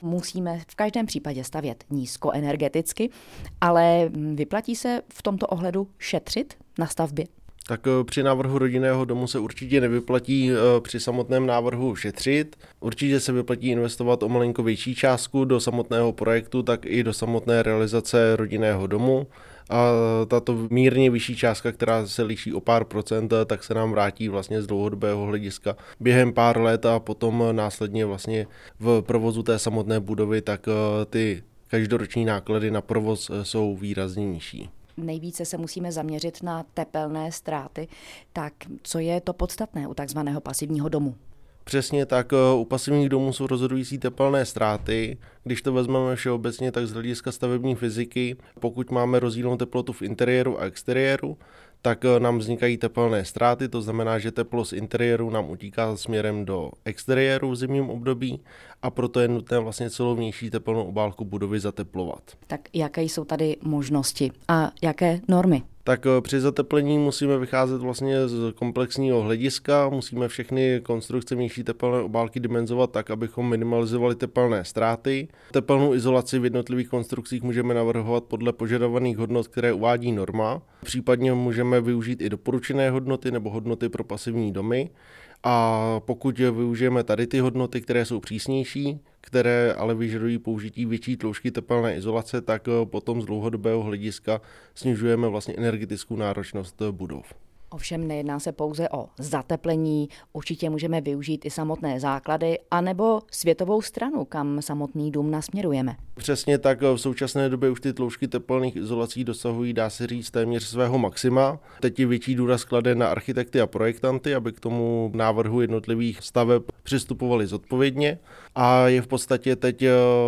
musíme v každém případě stavět nízkoenergeticky, ale vyplatí se v tomto ohledu šetřit na stavbě? Tak při návrhu rodinného domu se určitě nevyplatí při samotném návrhu šetřit. Určitě se vyplatí investovat o malinko větší částku do samotného projektu, tak i do samotné realizace rodinného domu. A tato mírně vyšší částka, která se liší o pár procent, tak se nám vrátí vlastně z dlouhodobého hlediska během pár let a potom následně vlastně v provozu té samotné budovy, tak ty každoroční náklady na provoz jsou výrazně nižší. Nejvíce se musíme zaměřit na tepelné ztráty. Tak co je to podstatné u takzvaného pasivního domu? Přesně tak, u pasivních domů jsou rozhodující tepelné ztráty. Když to vezmeme všeobecně, tak z hlediska stavební fyziky, pokud máme rozdílnou teplotu v interiéru a exteriéru, tak nám vznikají tepelné ztráty, to znamená, že teplo z interiéru nám utíká směrem do exteriéru v zimním období a proto je nutné vlastně celou vnější tepelnou obálku budovy zateplovat. Tak jaké jsou tady možnosti a jaké normy? Tak při zateplení musíme vycházet vlastně z komplexního hlediska, musíme všechny konstrukce vnější tepelné obálky dimenzovat tak, abychom minimalizovali tepelné ztráty. Tepelnou izolaci v jednotlivých konstrukcích můžeme navrhovat podle požadovaných hodnot, které uvádí norma. Případně můžeme využít i doporučené hodnoty nebo hodnoty pro pasivní domy. A pokud využijeme tady ty hodnoty, které jsou přísnější, které ale vyžadují použití větší tloušťky tepelné izolace, tak potom z dlouhodobého hlediska snižujeme vlastně energetickou náročnost budov. Ovšem nejedná se pouze o zateplení, určitě můžeme využít i samotné základy anebo světovou stranu, kam samotný dům nasměrujeme. Přesně tak, v současné době už ty tloušťky tepelných izolací dosahují, dá se říct, téměř svého maxima. Teď je větší důraz kladen na architekty a projektanty, aby k tomu návrhu jednotlivých staveb přistupovali zodpovědně a je v podstatě teď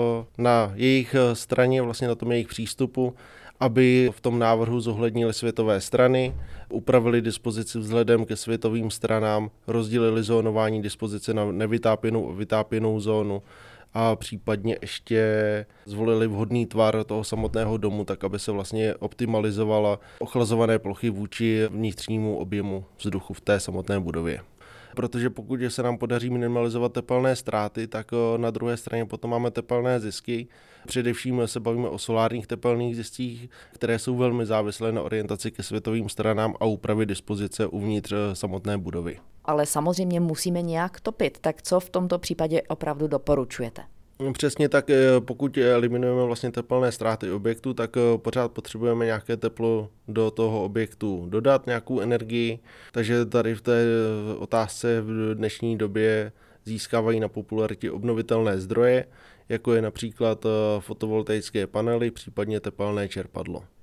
na jejich straně, vlastně na tom jejich přístupu, aby v tom návrhu zohlednili světové strany, upravili dispozici vzhledem ke světovým stranám, rozdělili zónování dispozice na nevytápěnou a vytápěnou zónu a případně ještě zvolili vhodný tvar toho samotného domu, tak aby se vlastně optimalizovala ochlazované plochy vůči vnitřnímu objemu vzduchu v té samotné budově. Protože pokud se nám podaří minimalizovat tepelné ztráty, tak na druhé straně potom máme tepelné zisky. Především se bavíme o solárních tepelných ziscích, které jsou velmi závislé na orientaci ke světovým stranám a úpravě dispozice uvnitř samotné budovy. Ale samozřejmě musíme nějak topit, tak co v tomto případě opravdu doporučujete? Přesně tak, pokud eliminujeme vlastně tepelné ztráty objektu, tak pořád potřebujeme nějaké teplo do toho objektu dodat, nějakou energii, takže tady v té otázce v dnešní době získávají na popularitě obnovitelné zdroje, jako je například fotovoltaické panely, případně tepelné čerpadlo.